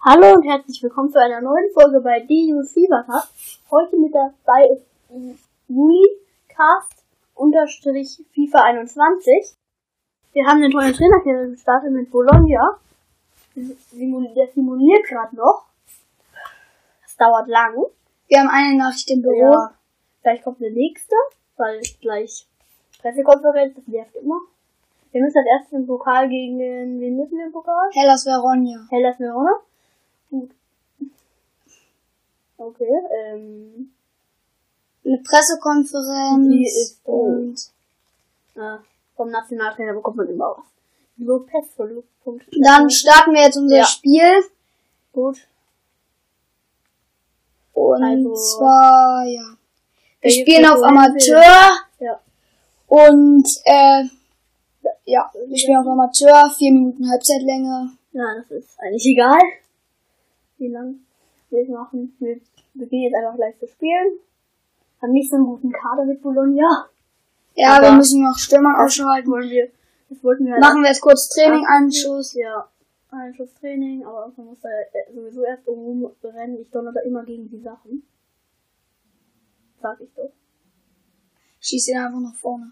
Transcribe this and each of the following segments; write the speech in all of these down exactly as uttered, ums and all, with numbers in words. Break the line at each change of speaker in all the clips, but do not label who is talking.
Hallo und herzlich willkommen zu einer neuen Folge bei D U Fevercast. Heute mit dabei ist Julicast unterstrich FIFA einundzwanzig. Wir haben den tollen Trainer hier gestartet mit Bologna. Der simuliert gerade noch. Das dauert lang.
Wir haben eine Nachricht im Büro.
Ja. Gleich kommt der nächste, weil gleich Pressekonferenz, das nervt immer. Wir müssen als erstes im Pokal gegen, wen müssen wir im Pokal?
Hellas Verona.
Hellas Verona. Gut. Okay, ähm.
Eine Pressekonferenz.
Die ist
und
äh, vom Nationaltrainer bekommt man immer was. Lopez für Punkt.
Dann starten wir jetzt unser
Ja.
Spiel.
Gut.
Und
Also,
zwar, ja. Wir
welche
spielen auf
Präferenz
Amateur.
Ja.
Und, äh, ja, wir spielen auf Amateur. Vier Minuten Halbzeitlänge.
Ja, das ist eigentlich egal. Wie lang wir es machen. Wir beginnen jetzt einfach gleich zu spielen. Haben nicht so einen guten Kader mit Bologna.
Ja,
Aber
wir müssen noch Stürmer ausschalten.
Wollen wir, das wollten wir halt
Machen wir jetzt kurz Training,
Ach,
Anschuss.
Ja, Einschusstraining, aber man muss da sowieso erst irgendwo rennen. Ich donner da immer gegen die Sachen. Sag ich doch.
Schieß ihn einfach nach vorne.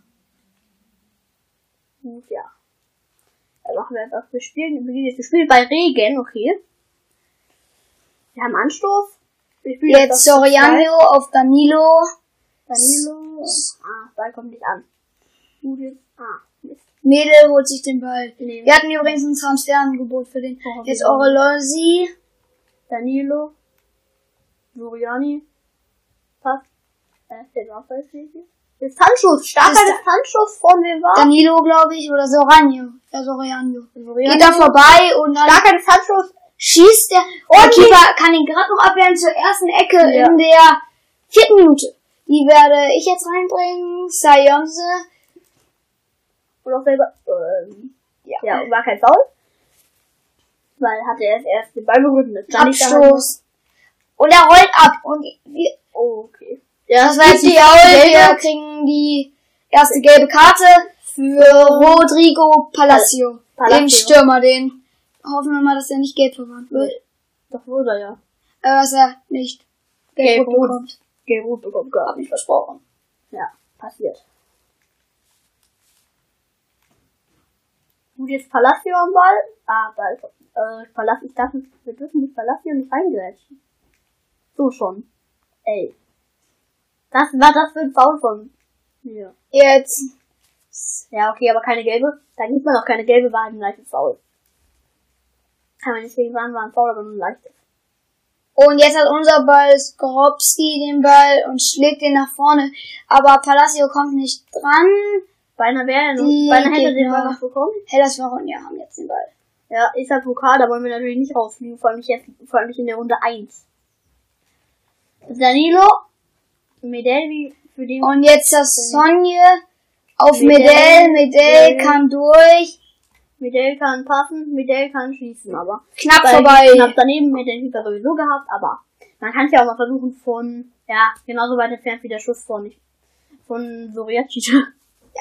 Gut, ja. Dann machen wir einfach, wir spielen, wir beginnen jetzt, wir spielen bei Regen, okay. Wir haben Anstoß. Wir spielen
Jetzt Soriano auf Danilo.
Danilo. Ah, da kommt nicht an. Gut, jetzt, ah, Mist.
Mädel holt sich den Ball.
Nee.
Wir hatten übrigens ein Transferangebot für den.
Oh,
Jetzt
wie
Orolosi.
Danilo. Soriani. Passt. Äh, der war bei Distanzschuss. Starker
Distan-
Distanzschuss von wem war?
Danilo, glaube ich, oder Sorano. Ja, Soriano.
Soriani.
Geht da vorbei und dann
Starker Distanzschuss.
schießt der. Oh, der Keeper kann ihn gerade noch abwehren zur ersten Ecke
Ja.
in der vierten Minute. Die werde ich jetzt reinbringen. Sayonse.
Und auch selber, ähm, ja. ja, war kein Foul. Weil hatte er erst, erst den Ball berührt.
Abstoß. Und er rollt ab. Und wir,
Oh, okay. Ja,
das war jetzt die Foul. Wir kriegen die erste gelbe Karte für Rodrigo Palacio.
Palacio.
Den Stürmer, den hoffen wir mal, dass er nicht gelb verwandt wird.
Doch wurde er ja.
Äh, dass er nicht gelb
Gelb-rot.
bekommt.
Gelb-rot bekommen gehabt.
Hab ich versprochen.
Ja, passiert. Gut, jetzt Palacio am Ball. Ah, Ball. Äh, Palacio, ich dachte, wir dürfen mit Palacio nicht reingrätschen. So schon. Ey. Das war das für ein Foul von mir.
Jetzt.
Ja, okay, aber keine gelbe. Da gibt man auch keine gelbe, war ein leichtes Foul. Kann man nicht gegen sagen, war ein Foul, aber nur ein leichtes.
Und jetzt hat unser Ball Skorupski den Ball und schlägt den nach vorne. Aber Palacio kommt nicht dran.
Beinahe wäre er noch,
Die
beinahe hätte er den
Gegner-
Ball noch bekommen.
Hellas Verona haben jetzt den Ball.
Ja, ist halt Pokal, da wollen wir natürlich nicht rausfliegen, vor allem nicht jetzt, vor allem nicht in der Runde eins. Danilo, Medelli, für den,
Und jetzt das Sonje auf
Medel.
Medel. Medel
Medel.
kann durch.
Medel kann passen, Medel kann schießen, aber.
Knapp
Weil
vorbei.
Knapp daneben, Medel Keeper sowieso gehabt, aber man kann es ja auch mal versuchen von, ja, genauso weit entfernt wie der Schuss von, von Soriacic. Ja.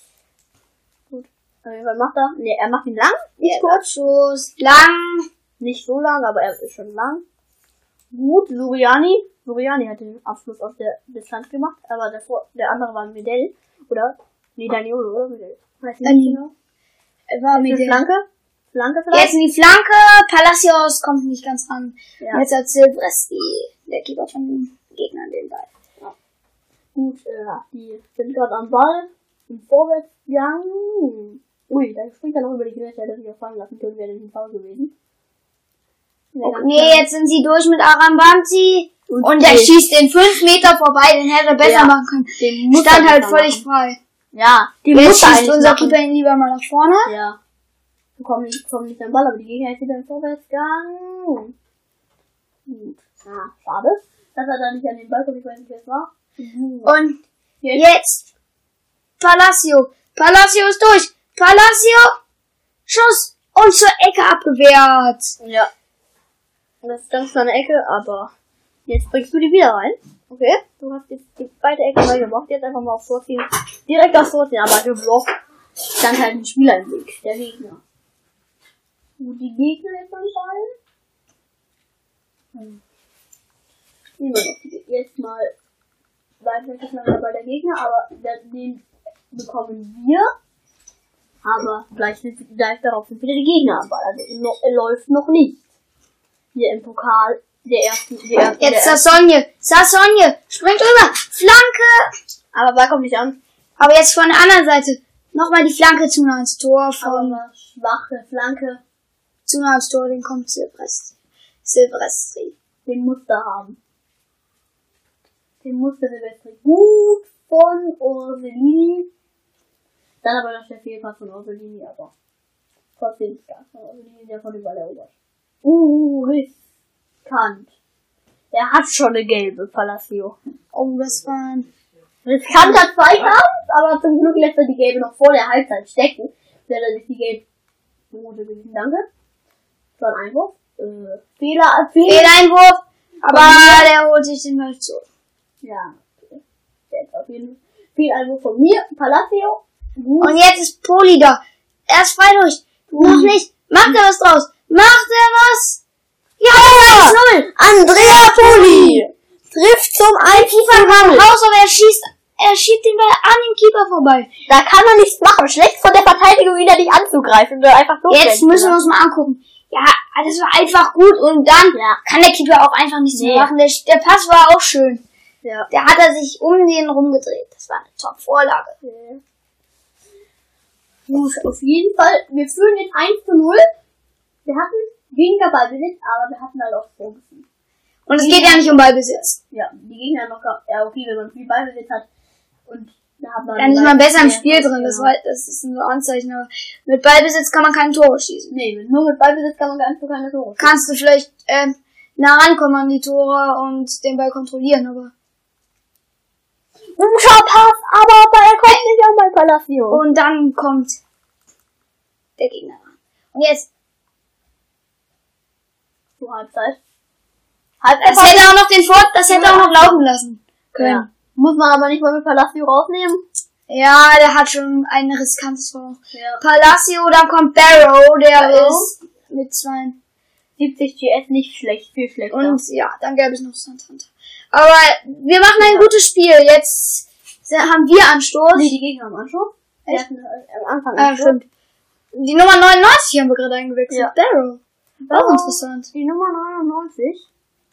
Gut. Äh, was macht er? Ne, er macht ihn lang, nicht kurz.
Schuss. Lang.
Nicht so lang, aber er ist schon lang. Gut, Soriani. Soriani hat den Abschluss aus der Distanz gemacht, aber der, Vor- der andere war Medel. Oder? Nee, Daniolo, oder? Medel. Weiß ich nicht
Dani-
genau.
Er war
Jetzt
Medel.
Flanke? Flanke vielleicht?
Jetzt in die Flanke. Palacios kommt nicht ganz ran.
Ja.
Jetzt hat Silvestri, der Keeper von den Gegnern, den Ball.
Gut, äh, die sind gerade am Ball. Im Vorwärtsgang. Ui, da springt er noch über die Grenze, hätte sich auch fallen lassen können, wäre nicht ein Foul gewesen. Ja, ganz
Nee,
klar.
jetzt sind sie durch mit Arambanti.
Und
Und der
den-
schießt den fünf Meter vorbei, den hätte er besser
Ja.
machen können.
Den muss
Stand
er
halt
besser
völlig
machen.
frei.
Ja, die
Jetzt
muss er
schießt
eigentlich
unser
machen.
Keeper ihn lieber mal nach vorne.
Ja. Wir kommen nicht, kommen nicht am Ball, aber die Gegner jetzt wieder im Vorwärtsgang. Gut. Ja, schade, dass er da nicht an den Ball kommt, ich weiß nicht, wer es war.
Und
Jetzt.
jetzt Palacio. Palacio ist durch. Palacio. Schuss. Und zur Ecke abgewehrt.
Ja. Das ist ganz kleine Ecke, aber jetzt bringst du die wieder rein. Okay. Du hast jetzt die zweite Ecke neu gemacht. Jetzt einfach mal aufs Tor ziehen. Direkt aufs Tor ziehen, aber geblockt. Stand halt ein Spieler im Weg. Der Gegner. Gut, die Gegner jetzt am Ball. Immer noch. Jetzt mal, weiß nicht, das lange bei der Gegner, aber den bekommen wir. Aber gleich, gleich darauf sind wieder die Gegner, aber er läuft noch nicht. Hier im Pokal, der erste, der erste.
Jetzt Sassonje, Sassonje, springt rüber, Flanke!
Aber da kommt nicht an.
Aber jetzt von der anderen Seite, nochmal die Flanke zu nah ins Tor von,
Aber schwache Flanke.
zu nah ins Tor, den kommt Silvestri. Silvestri.
Den musste haben. Den musste Silvestri. Gut von Orsolini. Dann aber noch der Fehlpass von Orsolini, aber trotzdem stark von Orsolini, der von überall erobert. Uh, riskant. Er hat schon eine gelbe, Palacio.
Oh, das war ein
riskanter Zweikampf, aber zum Glück lässt er die gelbe noch vor der Halbzeit stecken. Der hat sich die gelbe rote gewesen, danke. Das war ein Einwurf. Äh, Fehler,
Fehleinwurf, aber der holt sich den Ball zu.
Ja, okay. Jetzt auf jeden Fall. Fehleinwurf von mir, Palacio. Gut.
Und jetzt ist Poli da. Er ist frei durch.
Mhm.
Noch nicht. Macht er was draus? Macht er was? Ja!
eins null. Andrea Poli trifft zum eins zu null.
Raus, aber er schießt, er schiebt den Ball an den Keeper vorbei.
Da kann man nichts machen. Schlecht von der Verteidigung wieder nicht anzugreifen. Oder einfach
Jetzt müssen wir uns mal angucken. Ja, das war einfach gut und dann
ja.
kann der Keeper auch einfach nichts
nee.
mehr machen. Der, der Pass war auch schön.
Ja.
Der hat er sich um den rumgedreht. Das war eine Top-Vorlage.
Ja. Gut, auf jeden Fall. Wir führen jetzt eins zu null. Wir hatten weniger Ballbesitz, aber wir hatten halt auch Chancen.
Und es geht ja nicht um Ballbesitz.
Ja, die Gegner noch, ja okay, wenn man viel Ballbesitz hat und da hat man...
Dann ist man besser im Spiel drin, das, war, das ist ein Anzeichen, aber mit Ballbesitz kann man keine Tore schießen.
Nee, nur mit Ballbesitz kann man ganz so keine Tore schießen.
Kannst du vielleicht, ähm, nah rankommen an die Tore und den Ball kontrollieren, aber...
Guter Pass, aber er kommt nicht an bei Palacio.
Und dann kommt der Gegner ran. Und jetzt...
Zur Halbzeit. Halbzeit.
Das hätte auch noch den Fort, das hätte auch noch laufen lassen können.
Ja. Muss man aber nicht mal mit Palacio rausnehmen.
Ja, der hat schon ein riskantes Tor.
Ja.
Palacio, dann kommt Barrow, der
Barrow.
ist mit zweiundsiebzig
G S nicht schlecht, viel schlechter.
Und ja, dann gäbe es noch Santander. Aber wir machen ein ja. gutes Spiel. Jetzt haben wir Anstoß.
Nee, die Gegner haben Anstoß.
Wir
hatten am Anfang
ah, stimmt. Die Nummer neunundneunzig haben wir gerade eingewechselt.
Ja.
Barrow. Auch
oh,
interessant.
Die Nummer neunundneunzig.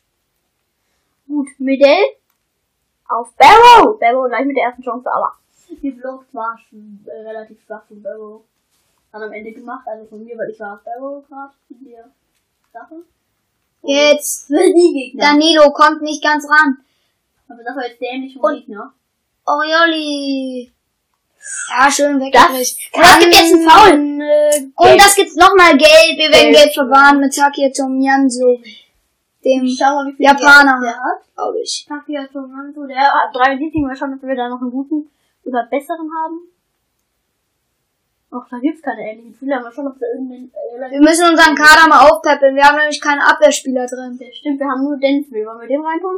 Gut, Medell auf Barrow. Barrow gleich mit der ersten Chance, aber die Block war schon äh, relativ schwach von Barrow. Dann am Ende gemacht, also von mir, weil ich war auf Barrow gerade in der Sache. Und
jetzt
die Gegner.
Danilo kommt nicht ganz ran.
Aber das war jetzt dämlich vom Gegner.
Orioli. Ja, schön
weggekriegt.
Und das gibt jetzt einen Foul.
Äh,
Und das gibt nochmal gelb. Wir werden gelb verwahren mit Takia Tomiyasu. Dem
Schau mal, wie viel
Japaner.
der hat.
Glaube ich.
Takia Tomiyasu, der hat dreiundsiebzig. Mal schauen, ob wir da noch einen guten oder besseren haben. Ach, da gibt's keine ähnlichen Spieler, aber schon, ob da irgendeinen... Äh,
wir müssen unseren Kader mal aufpeppeln. Wir haben nämlich keine Abwehrspieler drin.
Ja, stimmt, wir haben nur Densville. Wollen wir den reintun?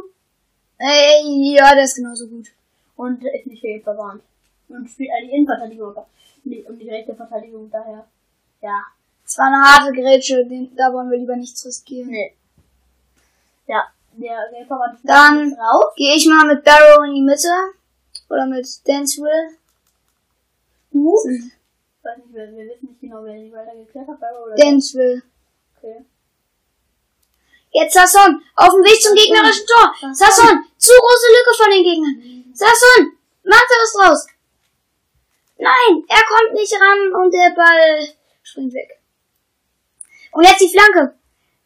Ey, ja, der ist genauso gut.
Und ist nicht viel verwarnt. Und spielt eine Innenverteidigung, aber nicht um die rechte Verteidigung, daher, ja.
Es war eine harte Grätsche, den, da wollen wir lieber nichts riskieren.
Nee. Ja, der Gelbverwandte ist
dann
raus.
Gehe ich mal mit Barrow in die Mitte. Oder mit Danceville.
Gut. Hm. Ich weiß nicht, wir, wir wissen nicht genau, wer die weiter geklärt hat, Barrow oder
Danceville.
Okay.
Jetzt Sasson, auf dem Weg zum gegnerischen Tor. Sasson, zu große Lücke von den Gegnern. Mhm. Sasson, macht da was draus. Nein, er kommt nicht ran und der Ball springt weg. Und jetzt die Flanke.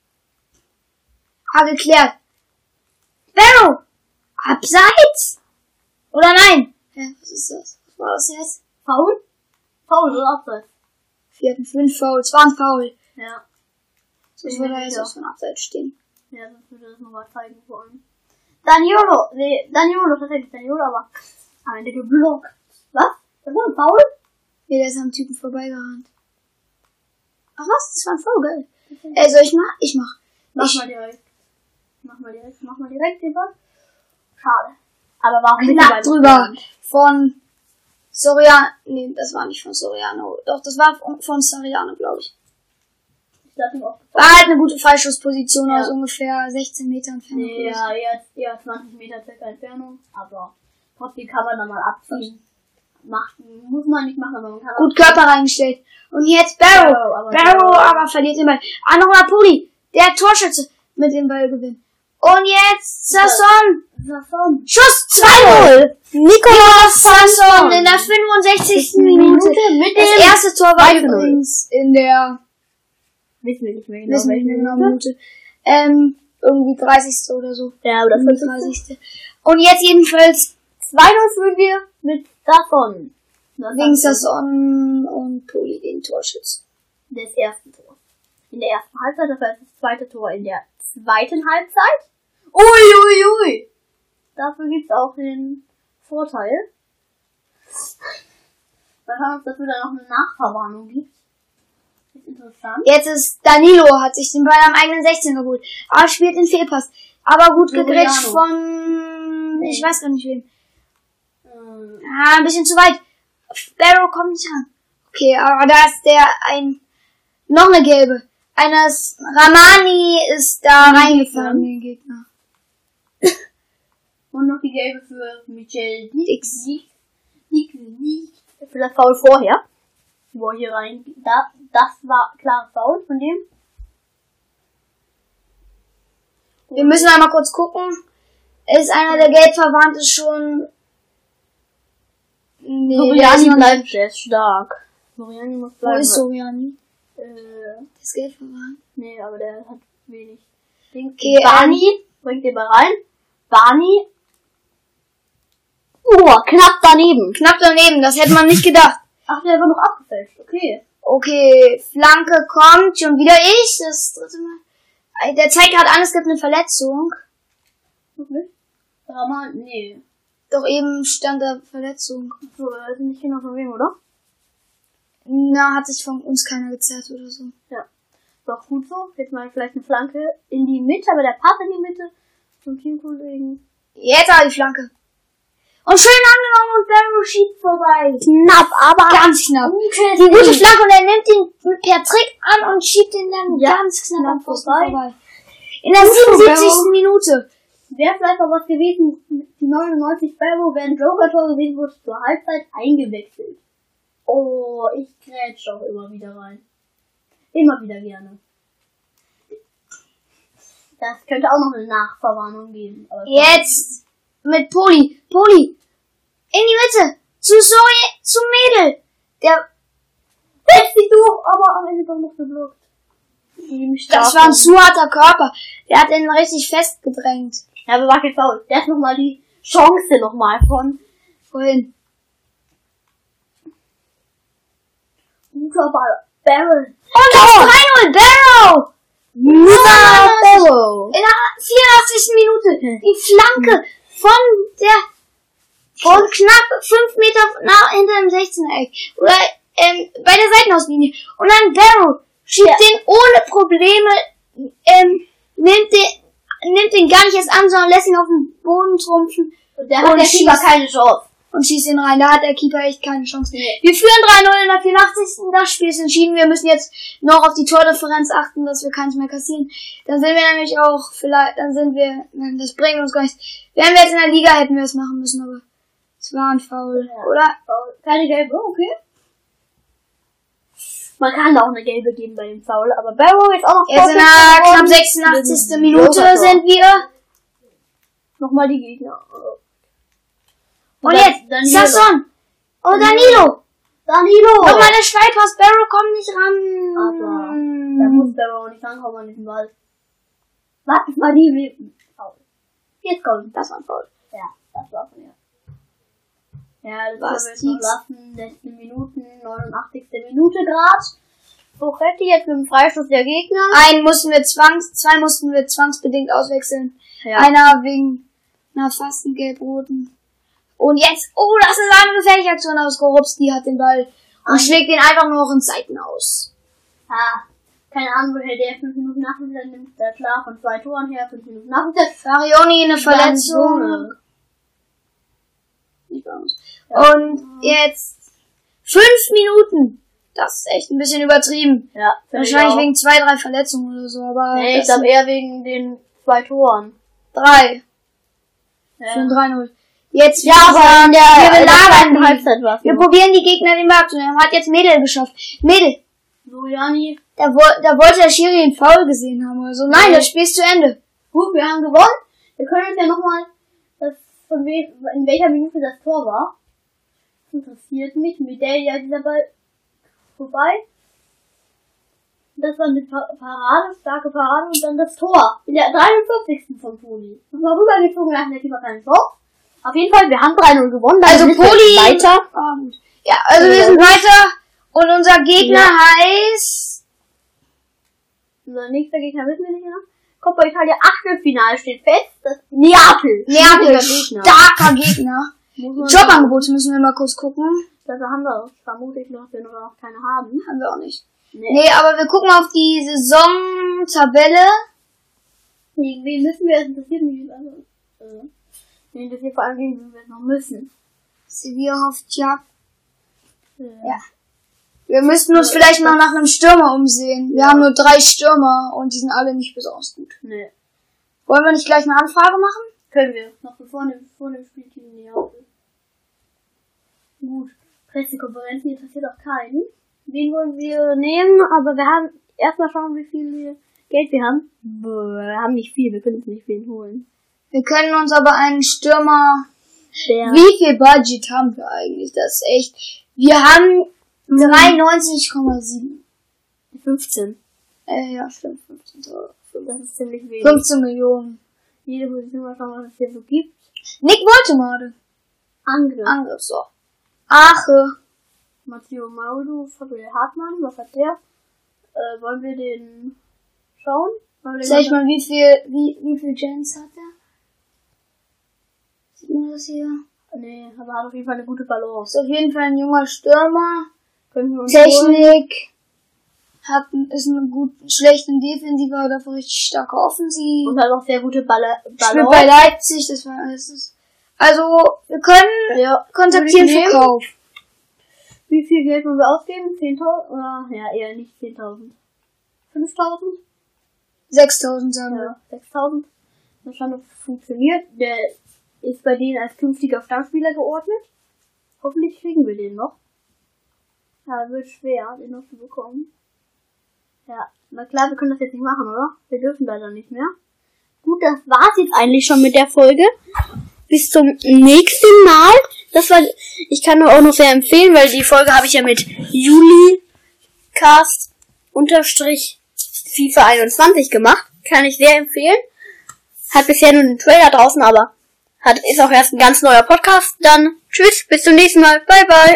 Ah, geklärt. Barrow, abseits? Oder nein? Hä, was ist das? Was war das jetzt?
Foul? Foul oder abseits?
Wir hatten fünf Fouls, war ein Foul.
Ja.
Das würde jetzt auch von abseits stehen.
Ja, sonst würde das nochmal zeigen wollen. Daniolo, nee, Daniolo, tatsächlich Daniolo, aber am Ende geblockt. Was? Das war ein Foul?
Ja, der ist am Typen vorbeigerannt. Ach was, das war ein Foul, geil. Okay. Ey, soll ich mal? Ich mach.
Mach
ich
mal direkt. Mach mal direkt, mach mal direkt den Ball. Schade. Aber war auch
knapp drüber. Von Soriano, nee, das war nicht von Soriano. Doch, das war von Soriano, glaube ich.
Das ist auch
War halt eine gute Freischussposition
ja.
aus ungefähr sechzehn Metern Entfernung.
Ja, jetzt eher zwanzig Meter circa Entfernung, aber trotzdem kann man da mal abziehen. Macht, muss man nicht machen, aber man kann
Gut Körper reingestellt. Und jetzt Barrow.
Barrow, aber
Barrow
Barrow.
aber verliert den Ball. Ah, nochmal Poli. Der Torschütze mit dem Ball gewinnt. Und jetzt Sasson.
Sasson.
Schuss zwei null. Nicolas Sasson in der fünfundsechzigsten Minute.
Mit
Das
dem
erste Tor war
zwei zu null.
übrigens in der
Wissen wir nicht mehr genau,
wissen wir
welche
nicht genau,
Minute.
Minute. Ähm, irgendwie dreißigste oder so.
Ja, aber das wird
dreißigste Und jetzt jedenfalls
zwei null führen wir mit Sasson.
wegen Sasson und Poli den Torschützen.
Des ersten Tors. In der ersten Halbzeit, das war das zweite Tor in der zweiten Halbzeit. Ui, ui, ui. Dafür gibt's auch den Vorteil. Mal schauen, ob es dafür dann noch eine Nachverwarnung gibt. Das ist interessant.
Jetzt ist Danilo, hat sich den Ball am eigenen sechzehn geholt. Aber spielt den Fehlpass. Aber gut gegrätscht von, ich weiß gar nicht wem.
Ähm,
Ah, ein bisschen zu weit. Barrow kommt nicht ran. Okay, aber da ist der ein, noch eine gelbe. Eines, Ramani ist da reingefahren, den Gegner.
Und noch die gelbe für Michel
Dix.
Dix. Dix, Dix. Für das Foul vorher. Wo er hier rein, da, das war klar Foul von dem.
Wir müssen einmal kurz gucken. Ist einer der Gelbverwandte schon... Nee, der ist
Soriani
noch
bleibt
nicht.
sehr stark. Soriani muss
Wo
bleiben.
ist Soriani?
Äh,
Der ist gelbverwandt.
nee, aber der hat wenig. Ding.
Okay,
Barney, bringt den mal rein. Barney. Oh, knapp daneben.
Knapp daneben, das hätte man nicht gedacht.
Ach, der war noch abgefälscht. Okay.
Okay, Flanke kommt, schon wieder ich, das dritte Mal. Der zeigt gerade an, es gibt eine Verletzung.
Wirklich? Rama, nee.
Doch eben stand da Verletzung.
So, wir wissen nicht genau von wem, oder?
Na, hat sich von uns keiner gezerrt oder so.
Ja. Ist auch gut so. Jetzt mal vielleicht eine Flanke in die Mitte, aber der Pass in die Mitte zum Teamkollegen.
Jetzt aber die Flanke. Und schön angenommen und Barrow schiebt vorbei.
Knapp, aber
Ganz knapp.
gute
Die gute Flanke und er nimmt ihn per Trick an und schiebt ihn dann
Ja,
ganz knapp am Pfosten
vorbei.
vorbei. In der siebenundsiebzigsten Minute.
Wäre vielleicht auch was gewesen, die neunundneunzig Barrow wäre ein Joker-Tor gewesen, wurde zur Halbzeit eingewechselt. Oh, ich grätsch auch immer wieder rein. Immer wieder gerne. Das könnte auch noch eine Nachverwarnung geben. Aber
Jetzt mit Poli. Poli. In die Mitte. Zu Zoe, zu Mädel. Der,
setzt sich durch, aber am Ende doch noch geblockt.
das war ein zu harter Körper. Der hat ihn richtig festgedrängt.
Ja, aber war kein Foul. Der hat nochmal die Chance nochmal von
Vorhin.
guter Ball. Barrel.
Und das drei null. Barrow.
Ja, Barrow.
In der vierundachtzigsten Minute. Die Flanke von der, von knapp fünf Meter nach, hinter dem sechzehner-Eck. Oder, ähm, bei der Seitenauslinie. Und dann Barrow schiebt
Ja.
den ohne Probleme, ähm, nimmt den, nimmt den gar nicht erst an, sondern lässt ihn auf den Boden trumpfen.
Und der hat
Und
der Keeper
schießt.
keine Chance.
Und schießt ihn rein. Da hat der Keeper echt keine Chance.
Nee.
Wir führen drei null in der vierundachtzigsten Das Spiel ist entschieden. Wir müssen jetzt noch auf die Tordifferenz achten, dass wir keins mehr kassieren. Dann sind wir nämlich auch vielleicht, dann sind wir, nein, das bringt uns gar nichts. Wären wir jetzt in der Liga, hätten wir es machen müssen, aber es war ein Foul,
Ja.
oder?
Keine gelbe, okay. Man kann da auch eine gelbe geben bei dem Foul, aber Barrow ist auch noch
Jetzt in der knapp sechsundachtzigsten Minute sind wir.
Nochmal die Gegner.
Und
dann-
jetzt
Danilo.
Sasson. Und Danilo.
Danilo!
Nochmal der Steilpass. Barrow kommt nicht ran.
Aber da muss Barrow nicht rankommen an diesen Ball. Was war die Wie- Foul? Jetzt kommt.
Das war ein Foul.
Ja, das war von ihr. Ja, das
Was
können wir jetzt noch
zieht's?
lassen. sechzehn Minuten, neunundachtzigste Minute grad. Bochetti jetzt mit dem Freistoß der Gegner.
Einen mussten wir zwangs, zwei mussten wir zwangsbedingt auswechseln.
Ja.
Einer wegen einer fast gelb-roten. Und jetzt, oh, das ist eine gefährliche Aktion aus Gorubski, hat den Ball und
Und-
schlägt ihn einfach nur noch in Seiten aus.
Ah, keine Ahnung, woher der fünf Minuten Nachmittag nimmt. Da klar, von zwei Toren her, fünf Minuten Nachmittag.
Farioni eine Verletzung.
Dann
Nicht bei uns.
Ja.
Und jetzt fünf Minuten. Das ist echt ein bisschen übertrieben.
Ja,
Wahrscheinlich wegen zwei, drei Verletzungen oder so, aber...
Nee, ich glaube eher wegen den zwei Toren.
Drei.
Ja.
Für ein drei null. Jetzt,
Ja, aber in der,
wir belagern
in der
die.
Halbzeit war's
Wir
noch.
probieren die Gegner den Ball zu nehmen. Hat jetzt Mädel geschafft. Mädel,
Soriani.
da, wo, da wollte der Schiri einen Foul gesehen haben oder so. Nein,
Nee.
das Spiel ist zu Ende.
Gut, wir haben gewonnen. Wir können uns ja nochmal, das von we in welcher Minute das Tor war. Das interessiert mich. Mit der ja dieser Ball vorbei. Das war eine pa Parade, starke Parade und dann das Tor. In der dreiundvierzigsten von Poli. Das war rübergezogen nach der Keeper kein Tor. Auf jeden Fall, wir haben drei null gewonnen. Dann
Also
sind wir
Poli...
weiter.
Ah, gut. Ja, also
Ja.
wir sind weiter. Und unser Gegner
Ja.
heißt...
Unser nächster Gegner wissen wir nicht mehr. Coppa Italia Achtelfinale steht fest. Das Neapel.
Neapel,
Schwieriger Gegner.
starker Gegner.
Muss man
Jobangebote müssen wir mal kurz gucken.
Das haben wir vermutlich noch, wenn wir noch keine haben.
Haben wir auch nicht.
Nee.
Nee, aber wir gucken auf die Saisontabelle.
Gegen wen müssen wir? Das interessiert mich. Also, äh, mich interessiert vor allem, gegen wen wir noch müssen.
Sevilla hofft ja.
Äh,
Ja. Wir müssten uns vielleicht mal nach einem Stürmer umsehen. Wir
Ja.
haben nur drei Stürmer und die sind alle nicht besonders gut.
Nee.
Wollen wir nicht gleich eine Anfrage machen?
Können wir. Noch bevor dem, vor dem Spiel gegen Neapel. Gut. Pressekonferenzen interessiert auch keinen. Wen wollen wir nehmen? Aber wir haben erstmal schauen, wie viel Geld wir haben. Boah, wir haben nicht viel. Wir können uns nicht wen holen.
Wir können uns aber einen Stürmer...
Der
Wie viel Budget haben wir eigentlich? Das ist echt... Wir haben dreiundneunzig Komma sieben.
fünfzehn.
Äh, ja, stimmt. fünfzehn, so.
Das ist ziemlich wenig.
fünfzehn Millionen.
Jede Position mal schauen, was es hier so gibt.
Nick Woltemade.
Angriff.
Angriff, so. Ache.
Matteo Maudu, Fabian Hartmann, was hat der? Äh, wollen wir den schauen? Wollen wir den
Sag ich mal, wie viel, wie, wie viel Gens hat er? Sieht man das hier?
Nee, aber hat auf jeden Fall eine gute Balance.
Ist auf jeden Fall ein junger Stürmer.
Können wir uns holen.
Technik. Hat, ist eine gut, schlechte Defensive, aber dafür richtig starke Offensive.
Und hat auch sehr gute Balle
Spielt bei
Balance.
Leipzig, das war alles. Also, wir können
Ja.
kontaktieren
Würde ich
für
nehmen.
Kauf.
Wie viel Geld wollen wir ausgeben? zehntausend? Oder, ja, eher nicht zehntausend. fünftausend?
sechstausend sagen wir.
Ja, sechstausend. Das schon noch funktioniert. Der ist bei denen als künftiger Stammspieler geordnet. Hoffentlich kriegen wir den noch. Ja, wird schwer, den noch zu bekommen. Ja, na klar, wir können das jetzt nicht machen, oder? Wir dürfen leider nicht mehr. Gut, das war's jetzt eigentlich schon mit der Folge. Bis zum nächsten Mal. Das war, ich kann nur auch noch sehr empfehlen, weil die Folge habe ich ja mit Julicast unterstrich FIFA einundzwanzig gemacht. Kann ich sehr empfehlen. Hat bisher nur einen Trailer draußen, aber hat, ist auch erst ein ganz neuer Podcast. Dann tschüss, bis zum nächsten Mal. Bye bye.